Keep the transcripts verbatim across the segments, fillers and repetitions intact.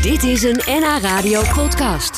Dit is een N H Radio podcast.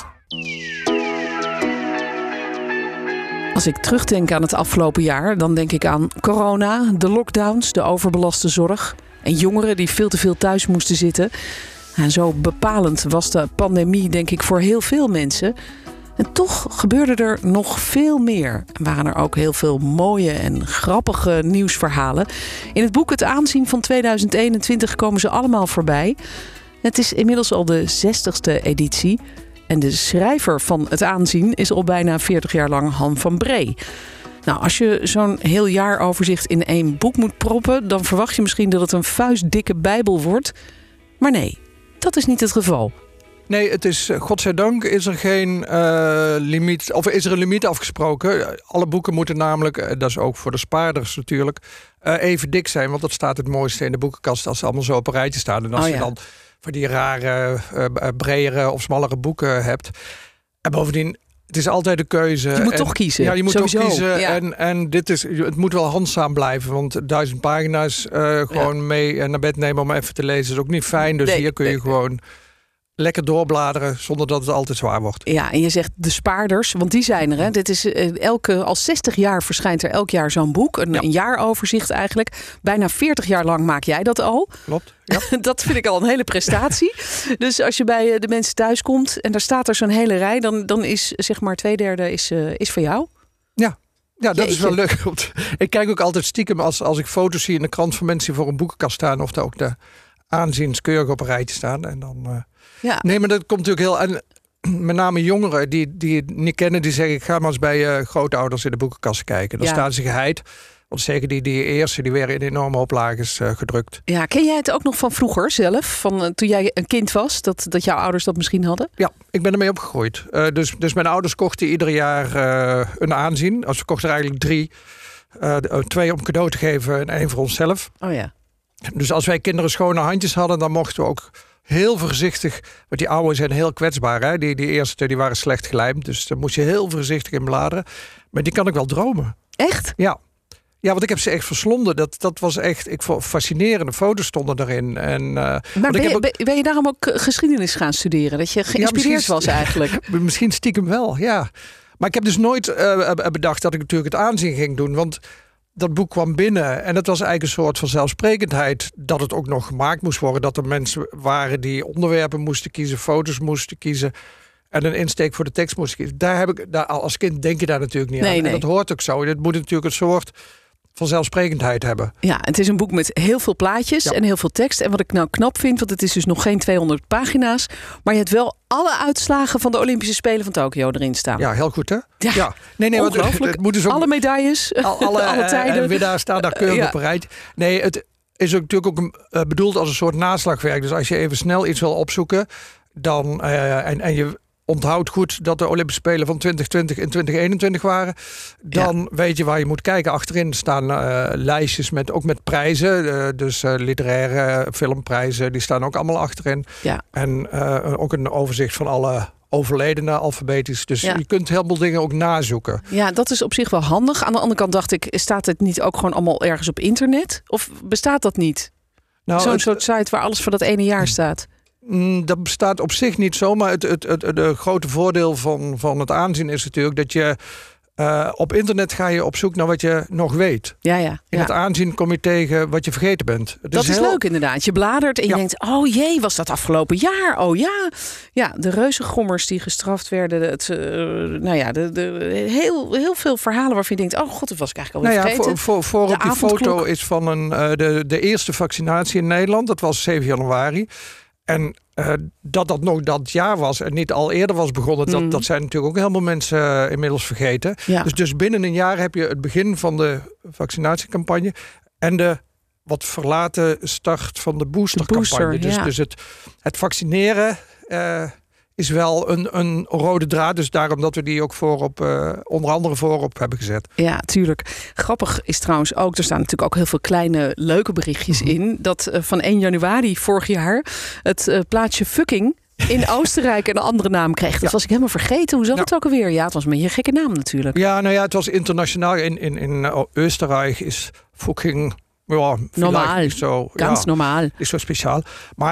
Als ik terugdenk aan het afgelopen jaar, dan denk ik aan corona, de lockdowns, de overbelaste zorg en jongeren die veel te veel thuis moesten zitten. En zo bepalend was de pandemie, denk ik, voor heel veel mensen. En toch gebeurde er nog veel meer. En waren er ook heel veel mooie en grappige nieuwsverhalen. In het boek Het Aanzien van tweeduizend eenentwintig komen ze allemaal voorbij. Het is inmiddels al de zestigste editie. En de schrijver van Het Aanzien is al bijna veertig jaar lang Han van Bree. Nou, als je zo'n heel jaaroverzicht in één boek moet proppen, dan verwacht je misschien dat het een vuistdikke bijbel wordt. Maar nee, dat is niet het geval. Nee, het is, godzijdank is er geen uh, limiet, of is er een limiet afgesproken. Alle boeken moeten namelijk, dat is ook voor de spaarders natuurlijk, uh, even dik zijn. Want dat staat het mooiste in de boekenkast als ze allemaal zo op een rijtje staan. En als oh, ja. je dan voor die rare, uh, bredere of smallere boeken hebt. En bovendien, het is altijd de keuze. Je moet en, toch kiezen. Ja, je moet Sowieso. toch kiezen. Ja. En, en dit is, het moet wel handzaam blijven. Want duizend pagina's uh, gewoon ja. mee naar bed nemen om even te lezen is ook niet fijn. Dus nee, hier kun je nee, gewoon lekker doorbladeren zonder dat het altijd zwaar wordt. Ja, en je zegt de spaarders, want die zijn er. Hè? Dit is elke, al zestig jaar verschijnt er elk jaar zo'n boek. Een, ja. een jaaroverzicht eigenlijk. Bijna veertig jaar lang maak jij dat al. Klopt. Ja. Dat vind ik al een hele prestatie. Dus als je bij de mensen thuis komt en daar staat er zo'n hele rij, dan, dan is zeg maar twee derde is, uh, is voor jou. Ja. Ja, dat Jeetje. is wel leuk. Ik kijk ook altijd stiekem als, als ik foto's zie in de krant van mensen die voor een boekenkast staan, of daar ook de aanziens keurig op een rijtje staan. En dan. Uh, Ja. Nee, maar dat komt natuurlijk heel. En met name jongeren die, die het niet kennen, die zeggen: ik ga maar eens bij uh, grootouders in de boekenkast kijken. Dan ja. staan ze geheid. Want zeker die, die eerste, die werden in enorme oplages uh, gedrukt. Ja, ken jij het ook nog van vroeger zelf? Van uh, toen jij een kind was, dat, dat jouw ouders dat misschien hadden? Ja, ik ben ermee opgegroeid. Uh, dus, dus mijn ouders kochten ieder jaar uh, een aanzien. Als we kochten er eigenlijk drie. Uh, twee om cadeau te geven en één voor onszelf. Oh ja. Dus als wij kinderen schone handjes hadden, dan mochten we ook heel voorzichtig, want die oude zijn heel kwetsbaar. Hè? Die, die eerste die waren slecht gelijmd, dus daar moest je heel voorzichtig in bladeren. Maar die kan ik wel dromen. Echt? Ja. Ja, want ik heb ze echt verslonden. Dat, dat was echt, ik vond fascinerende foto's stonden erin. En, uh, maar ben, ik je, heb ook, ben je daarom ook geschiedenis gaan studeren? Dat je geïnspireerd ja, was eigenlijk? Misschien stiekem wel, ja. Maar ik heb dus nooit uh, bedacht dat ik natuurlijk het aanzien ging doen, want dat boek kwam binnen en het was eigenlijk een soort van zelfsprekendheid dat het ook nog gemaakt moest worden. Dat er mensen waren die onderwerpen moesten kiezen, foto's moesten kiezen en een insteek voor de tekst moesten kiezen. Daar heb ik, daar, als kind denk je daar natuurlijk niet nee, aan. Nee. En dat hoort ook zo. Dit moet natuurlijk een soort van zelfsprekendheid hebben. Ja, het is een boek met heel veel plaatjes ja. en heel veel tekst. En wat ik nou knap vind, want het is dus nog geen tweehonderd pagina's, maar je hebt wel alle uitslagen van de Olympische Spelen van Tokio erin staan. Ja, heel goed hè? Ja, ja. Nee, nee, ongelooflijk. Want, het moet dus ook, alle medailles, al, alle, alle tijden. Uh, winnaars staan daar keurig ja. op een rijtje. Nee, het is ook natuurlijk ook een, uh, bedoeld als een soort naslagwerk. Dus als je even snel iets wil opzoeken, dan uh, en, en je onthoudt goed dat de Olympische Spelen van twintig twintig en twintig eenentwintig waren. Dan ja. weet je waar je moet kijken. Achterin staan uh, lijstjes met, ook met prijzen. Uh, dus uh, literaire filmprijzen, die staan ook allemaal achterin. Ja. En uh, ook een overzicht van alle overledenen alfabetisch. Dus ja. je kunt heel veel dingen ook nazoeken. Ja, dat is op zich wel handig. Aan de andere kant dacht ik, staat het niet ook gewoon allemaal ergens op internet? Of bestaat dat niet? Nou, Zo'n het, soort site waar alles voor dat ene jaar staat. Dat bestaat op zich niet zo, maar het, het, het, het de grote voordeel van, van het aanzien is natuurlijk dat je uh, op internet ga je op zoek naar wat je nog weet. Ja, ja, In ja. het aanzien kom je tegen wat je vergeten bent. Het dat is, is heel... leuk inderdaad. Je bladert en je ja. denkt, oh jee, was dat afgelopen jaar? Oh ja. Ja, de reuzengommers die gestraft werden. Het, uh, nou ja, de, de, heel, heel veel verhalen waarvan je denkt, oh god, dat was ik eigenlijk alweer nou ja, vergeten. Voor, voor, voor op die avondklok. foto is van een, uh, de, de eerste vaccinatie in Nederland. Dat was zeven januari. En uh, dat dat nog dat jaar was en niet al eerder was begonnen, dat, mm. dat zijn natuurlijk ook helemaal mensen uh, inmiddels vergeten. Ja. Dus, dus binnen een jaar heb je het begin van de vaccinatiecampagne en de wat verlaten start van de boostercampagne. De booster, dus ja. dus het, het vaccineren uh, is wel een, een rode draad. Dus daarom dat we die ook voorop, uh, onder andere voorop hebben gezet. Ja, tuurlijk. Grappig is trouwens ook, er staan natuurlijk ook heel veel kleine leuke berichtjes mm-hmm. in, dat uh, van één januari vorig jaar het uh, plaatsje fucking in Oostenrijk een andere naam kreeg. Dat ja. was ik helemaal vergeten. Hoe zat ja. het ook alweer? Ja, het was een beetje een gekke naam natuurlijk. Ja, nou ja, het was internationaal. In, in, in Oostenrijk is fucking... Ja, normaal. Zo, Ganz ja, normaal. Is zo speciaal. Maar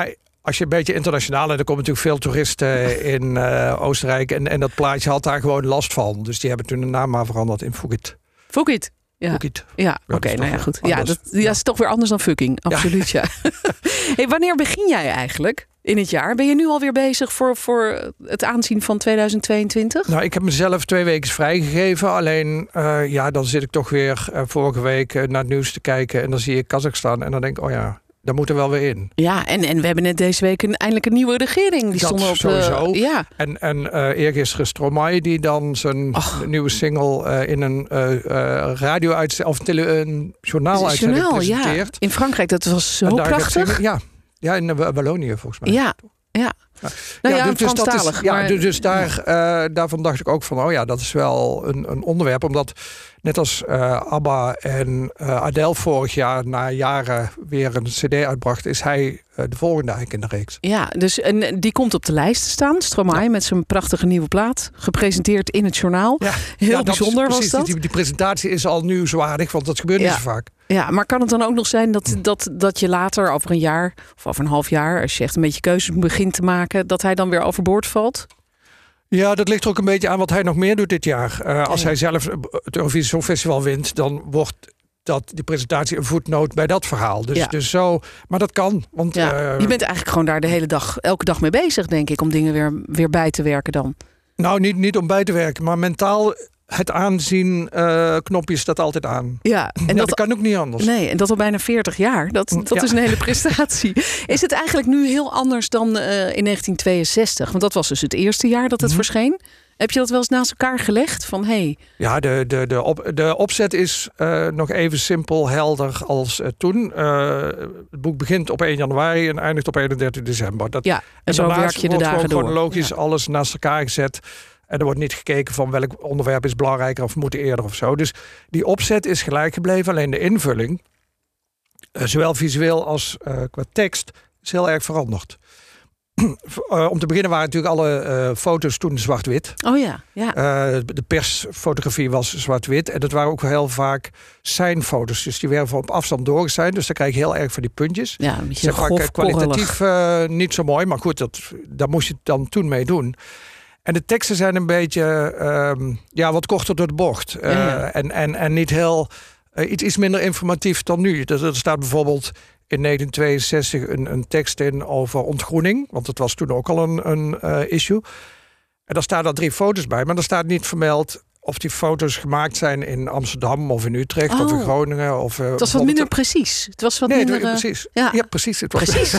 als je een beetje internationaal... en er komen natuurlijk veel toeristen in uh, Oostenrijk... En, en dat plaatje had daar gewoon last van. Dus die hebben toen de naam maar veranderd in Fugit. Fugit? Ja, Fugit. Ja, oké, okay, nou ja, goed. Ja, dat ja, is toch weer anders dan fucking, absoluut, ja. ja. Hey, wanneer begin jij eigenlijk in het jaar? Ben je nu alweer bezig voor, voor het aanzien van tweeduizend tweeëntwintig? Nou, ik heb mezelf twee weken vrijgegeven. Alleen, uh, ja, dan zit ik toch weer uh, vorige week uh, naar het nieuws te kijken... en dan zie ik Kazachstan en dan denk ik, oh ja... Daar moeten we wel weer in. Ja, en, en we hebben net deze week een, eindelijk een nieuwe regering. Die dat stonden op sowieso. Uh, ja. En, en uh, eergisteren Stromae die dan zijn oh. nieuwe single uh, in een uh, uh, radio-uitzending of tele- een journaal-uitzending journaal, presenteert. Ja. In Frankrijk, dat was zo prachtig. Ja. ja, in uh, Wallonië volgens mij. Ja, ja. Ja, nou ja, ja, dus, dus dat is, ja, maar... dus daar, uh, daarvan dacht ik ook van, oh ja, dat is wel een, een onderwerp. Omdat net als uh, ABBA en uh, Adele vorig jaar na jaren weer een cd uitbracht, is hij uh, de volgende eigenlijk in de reeks. Ja, dus en die komt op de lijst te staan. Stromae ja. met zijn prachtige nieuwe plaat. Gepresenteerd in het journaal. Ja. Heel ja, bijzonder dat is, precies, was dat. Die, die presentatie is al nieuwswaardig, want dat gebeurt ja. niet zo vaak. Ja, maar kan het dan ook nog zijn dat, dat, dat je later, over een jaar of over een half jaar, als je echt een beetje keuzes begint te maken, dat hij dan weer overboord valt? Ja, dat ligt er ook een beetje aan wat hij nog meer doet dit jaar. Uh, als ja. hij zelf het Eurovisie Songfestival wint, dan wordt dat die presentatie een voetnoot bij dat verhaal. Dus, ja. dus zo, maar dat kan. Want, ja. uh, je bent eigenlijk gewoon daar de hele dag, elke dag mee bezig, denk ik, om dingen weer, weer bij te werken dan. Nou, niet, niet om bij te werken, maar mentaal. Het aanzien uh, knopje staat altijd aan. Ja, en ja, dat, dat kan ook niet anders. Nee, en dat al bijna veertig jaar. Dat, dat ja. is een hele prestatie. Is het eigenlijk nu heel anders dan uh, in negentien tweeënzestig? Want dat was dus het eerste jaar dat het mm-hmm. verscheen. Heb je dat wel eens naast elkaar gelegd? Van, hey... Ja, de, de, de, op, de opzet is uh, nog even simpel, helder als uh, toen. Uh, het boek begint op één januari en eindigt op eenendertig december. Dat, ja, en, en zo werk je de dagen door. Chronologisch ja. alles naast elkaar gezet. En er wordt niet gekeken van welk onderwerp is belangrijker of moet eerder of zo. Dus die opzet is gelijk gebleven. Alleen de invulling, uh, zowel visueel als uh, qua tekst, is heel erg veranderd. uh, om te beginnen waren natuurlijk alle uh, foto's toen zwart-wit. Oh ja, ja. Uh, de persfotografie was zwart-wit. En dat waren ook heel vaak seinfoto's. Dus die werden op afstand doorgeseind. Dus dan krijg je heel erg van die puntjes. Ja, een beetje grof, vaak kwalitatief uh, niet zo mooi. Maar goed, dat, daar moest je het dan toen mee doen. En de teksten zijn een beetje um, ja, wat korter door de bocht. Uh, ja, ja. En, en, en niet heel uh, iets, iets minder informatief dan nu. Er, er staat bijvoorbeeld in negentien tweeënzestig een, een tekst in over ontgroening. Want dat was toen ook al een, een uh, issue. En daar staan er drie foto's bij. Maar er staat niet vermeld of die foto's gemaakt zijn in Amsterdam of in Utrecht oh. of in Groningen. Of, uh, het was wat minder precies. Het was wat nee, minder... Het, precies. Ja, ja precies. Het was precies.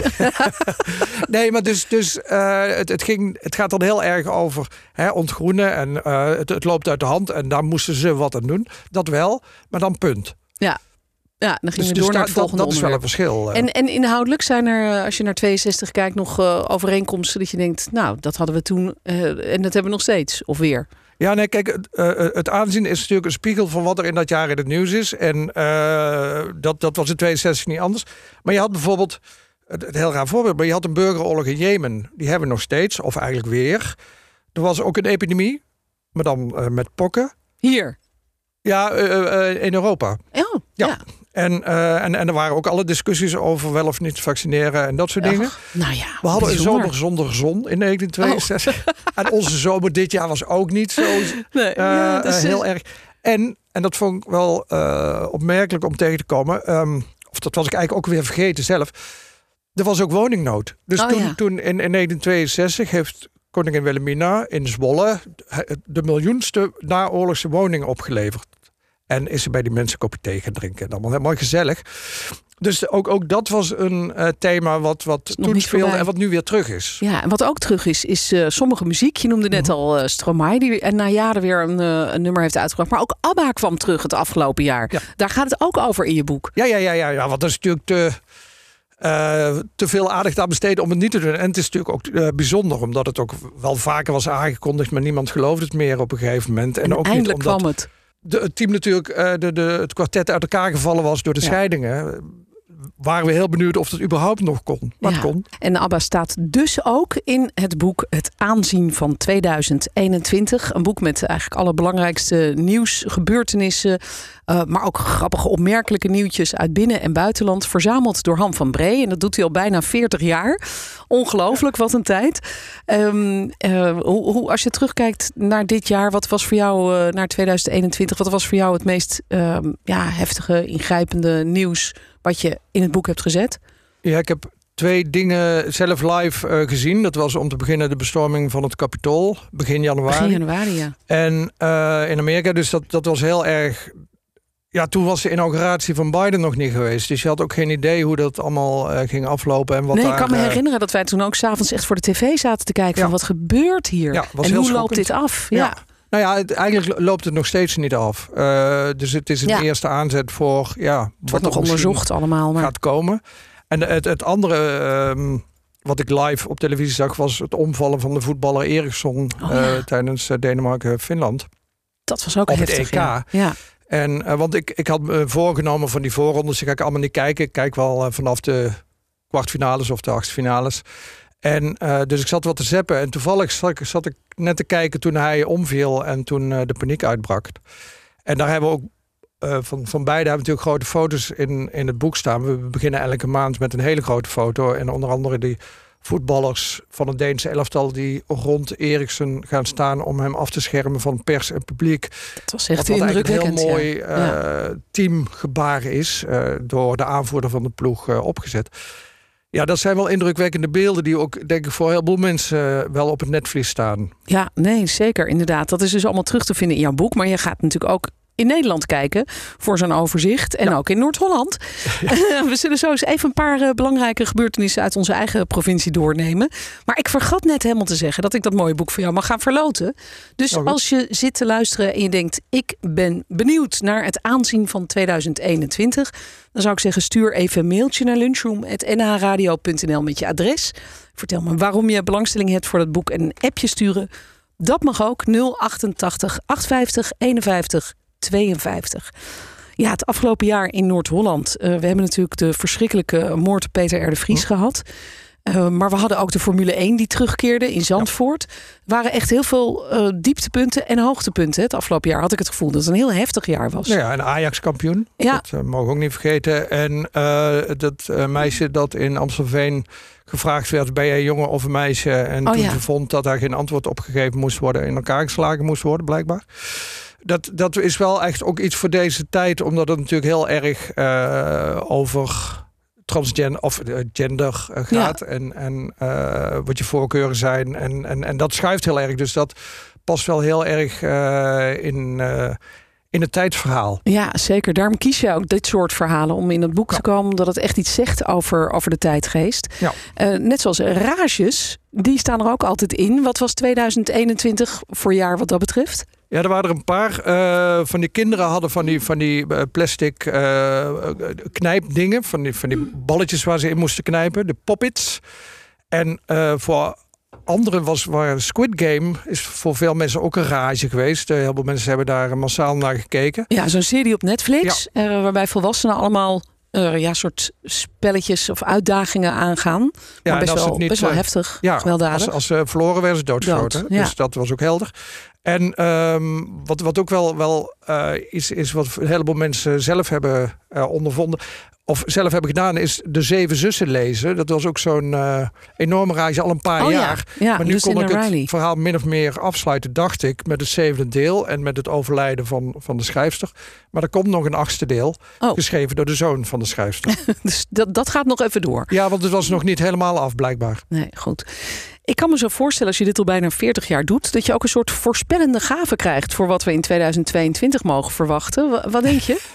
nee, maar dus, dus uh, het, het, ging, het gaat dan heel erg over hè, ontgroenen. En uh, het, het loopt uit de hand. En daar moesten ze wat aan doen. Dat wel, maar dan punt. Ja. Ja, dan ging dus, je door dus naar het volgende dat, dat is wel een verschil. En, en inhoudelijk zijn er, als je naar tweeënzestig kijkt, nog uh, overeenkomsten dat je denkt, nou, dat hadden we toen uh, en dat hebben we nog steeds, of weer? Ja, nee, kijk, uh, het aanzien is natuurlijk een spiegel van wat er in dat jaar in het nieuws is. En uh, dat, dat was in tweeënzestig niet anders. Maar je had bijvoorbeeld, het heel raar voorbeeld, maar je had een burgeroorlog in Jemen. Die hebben we nog steeds, of eigenlijk weer. Er was ook een epidemie, maar dan uh, met pokken. Hier? Ja, uh, uh, in Europa. Oh, ja. ja. En, uh, en, en er waren ook alle discussies over wel of niet vaccineren en dat soort dingen. Och, nou ja, we hadden bijzonder. een zomer zonder zon in negentien tweeënzestig. Oh. En onze zomer dit jaar was ook niet zo nee, uh, ja, dus uh, heel erg. En, en dat vond ik wel uh, opmerkelijk om tegen te komen. Um, of dat was ik eigenlijk ook weer vergeten zelf. Er was ook woningnood. Dus oh, toen, ja. toen in, in negentien tweeënzestig heeft koningin Wilhelmina in Zwolle de miljoenste naoorlogse woning opgeleverd. En is ze bij die mensen een kopje thee gaan drinken. Allemaal helemaal gezellig. Dus ook, ook dat was een uh, thema wat, wat toen speelde voorbij. En wat nu weer terug is. Ja, en wat ook terug is, is uh, sommige muziek. Je noemde net mm-hmm. al uh, Stromae, die en na jaren weer een, uh, een nummer heeft uitgebracht. Maar ook ABBA kwam terug het afgelopen jaar. Ja. Daar gaat het ook over in je boek. Ja, ja, ja, ja, ja, want dat is natuurlijk te, uh, te veel aandacht aan besteden om het niet te doen. En het is natuurlijk ook uh, bijzonder, omdat het ook wel vaker was aangekondigd, maar niemand geloofde het meer op een gegeven moment. En, en ook eindelijk niet omdat kwam het. De, het team natuurlijk, uh, de, de, het kwartet uit elkaar gevallen was door de ja. scheidingen. waren we heel benieuwd of het überhaupt nog kon. Maar ja. het kon. En ABBA staat dus ook in het boek Het Aanzien van tweeduizend eenentwintig. Een boek met eigenlijk alle belangrijkste nieuws, gebeurtenissen, uh, maar ook grappige, opmerkelijke nieuwtjes uit binnen- en buitenland, verzameld door Han van Bree. En dat doet hij al bijna veertig jaar. Ongelooflijk, wat een tijd. Um, uh, hoe, hoe, als je terugkijkt naar dit jaar, wat was voor jou, uh, naar tweeduizend eenentwintig, wat was voor jou het meest um, ja, heftige, ingrijpende nieuws wat je in het boek hebt gezet? Ja, ik heb twee dingen zelf live uh, gezien. Dat was om te beginnen de bestorming van het Capitool, begin januari. Begin januari, ja. En uh, in Amerika, dus dat, dat was heel erg... Ja, toen was de inauguratie van Biden nog niet geweest. Dus je had ook geen idee hoe dat allemaal uh, ging aflopen. En wat nee, daar, ik kan me uh, herinneren dat wij toen ook 's avonds echt voor de tv zaten te kijken. Ja. Van wat gebeurt hier? Ja, en hoe loopt dit af? Ja. ja. Nou ja, het, eigenlijk loopt het nog steeds niet af. Uh, dus het is een ja. eerste aanzet voor... Ja, het wat wordt nog onderzocht allemaal. Maar... gaat komen. En het, het andere... Um, wat ik live op televisie zag, was het omvallen van de voetballer Eriksson oh, ja. uh, tijdens uh, Denemarken-Finland. Dat was ook op heftig, het E K. Ja. ja. En, uh, want ik, ik had me voorgenomen van die voorrondes, die ga ik allemaal niet kijken. Ik kijk wel uh, vanaf de kwartfinales of de achtfinales. En uh, dus ik zat wat te zappen. En toevallig zat ik, zat ik net te kijken toen hij omviel en toen uh, de paniek uitbrak. En daar hebben we ook uh, van, van beide hebben we natuurlijk grote foto's in, in het boek staan. We beginnen elke maand met een hele grote foto. En onder andere die voetballers van het Deense elftal die rond Eriksen gaan staan om hem af te schermen van pers en publiek. Dat was echt wat indrukwekkend. Een heel mooi ja. uh, Ja. teamgebaar is uh, door de aanvoerder van de ploeg uh, opgezet. Ja, dat zijn wel indrukwekkende beelden die ook, denk ik, voor heel veel mensen uh, wel op het netvlies staan. Ja, nee, zeker, inderdaad. Dat is dus allemaal terug te vinden in jouw boek. Maar je gaat natuurlijk ook in Nederland kijken voor zo'n overzicht. En ja. ook in Noord-Holland. Ja. We zullen zo eens even een paar uh, belangrijke gebeurtenissen uit onze eigen provincie doornemen. Maar ik vergat net helemaal te zeggen dat ik dat mooie boek voor jou mag gaan verloten. Dus oh, als je zit te luisteren en je denkt, ik ben benieuwd naar het aanzien van tweeduizend eenentwintig. Dan zou ik zeggen, stuur even een mailtje naar lunchroom apenstaartje n h radio punt n l met je adres. Vertel me waarom je belangstelling hebt voor dat boek en een appje sturen. Dat mag ook nul achtentachtig achtenvijftig eenenvijftig tweeënvijftig. Ja, het afgelopen jaar in Noord-Holland. Uh, we hebben natuurlijk de verschrikkelijke moord op Peter R. de Vries hm. gehad. Uh, maar we hadden ook de Formule één die terugkeerde in Zandvoort. Er ja. waren echt heel veel uh, dieptepunten en hoogtepunten. Het afgelopen jaar had ik het gevoel dat het een heel heftig jaar was. Ja, en Ajax kampioen. Ja. Dat uh, mogen we ook niet vergeten. En uh, dat uh, meisje dat in Amstelveen gevraagd werd, ben jij jongen of een meisje? En oh, toen ja. ze vond dat daar geen antwoord op gegeven moest worden, in elkaar geslagen moest worden, blijkbaar. Dat, dat is wel echt ook iets voor deze tijd, omdat het natuurlijk heel erg uh, over transgender of uh, gender uh, gaat. Ja. En, en uh, wat je voorkeuren zijn. En, en, en dat schuift heel erg. Dus dat past wel heel erg uh, in, uh, in het tijdsverhaal. Ja, zeker. Daarom kies je ook dit soort verhalen om in het boek ja. te komen. Omdat het echt iets zegt over, over de tijdgeest. Ja. Uh, net zoals rages, die staan er ook altijd in. Wat was tweeduizend eenentwintig voor jaar wat dat betreft? Ja, er waren er een paar uh, van die kinderen hadden van die, van die uh, plastic uh, knijpdingen. Van die, van die balletjes waar ze in moesten knijpen. De poppets. En uh, voor anderen was waar Squid Game is voor veel mensen ook een rage geweest. Uh, heel veel mensen hebben daar massaal naar gekeken. Ja, zo'n serie op Netflix. Ja. Uh, waarbij volwassenen allemaal Uh, ja, soort spelletjes of uitdagingen aangaan. Ja, maar best, wel, niet, best wel heftig, ja, gewelddadig. Als, als ze uh, verloren werden, ze doodgeschoten. Dood, ja. Dus dat was ook helder. En um, wat, wat ook wel, wel uh, is, is wat een heleboel mensen zelf hebben uh, ondervonden, of zelf hebben gedaan, is de Zeven Zussen lezen. Dat was ook zo'n uh, enorme rage al een paar oh, jaar. Ja. Ja, maar nu Lucinda kon ik Riley. het verhaal min of meer afsluiten, dacht ik, met het zevende deel en met het overlijden van, van de schrijfster. Maar er komt nog een achtste deel, oh. geschreven door de zoon van de schrijfster. Dus dat, dat gaat nog even door? Ja, want het was nog niet helemaal af, blijkbaar. Nee, goed. Ik kan me zo voorstellen, als je dit al bijna veertig jaar doet, dat je ook een soort voorspellende gave krijgt voor wat we in tweeduizend tweeëntwintig mogen verwachten. Wat denk je?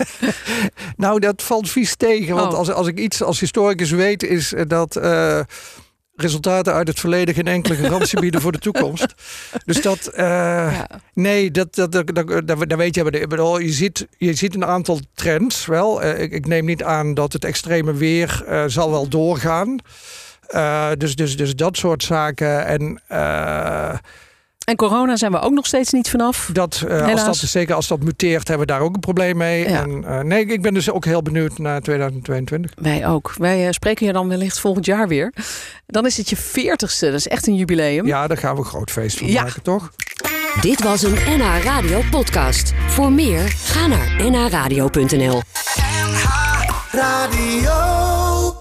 Nou, dat valt vies tegen. Want oh. als, als ik iets als historicus weet, is dat Uh, resultaten uit het verleden geen enkele garantie bieden voor de toekomst. Dus dat, uh, ja. nee, dat, dat, dat, dat, dat, dat weet je. Maar je ziet, je ziet een aantal trends wel. Uh, ik, ik neem niet aan dat het extreme weer uh, zal wel doorgaan. Uh, dus, dus, dus dat soort zaken. En, uh, En corona zijn we ook nog steeds niet vanaf. Dat, uh, als dat, zeker als dat muteert, hebben we daar ook een probleem mee. Ja. En, uh, nee, ik ben dus ook heel benieuwd naar tweeduizend tweeëntwintig. Wij ook. Wij uh, spreken je dan wellicht volgend jaar weer. Dan is het je veertigste. Dat is echt een jubileum. Ja, daar gaan we een groot feest van ja. maken, toch? Dit was een N H Radio podcast. Voor meer, ga naar n h radio punt n l. N H Radio.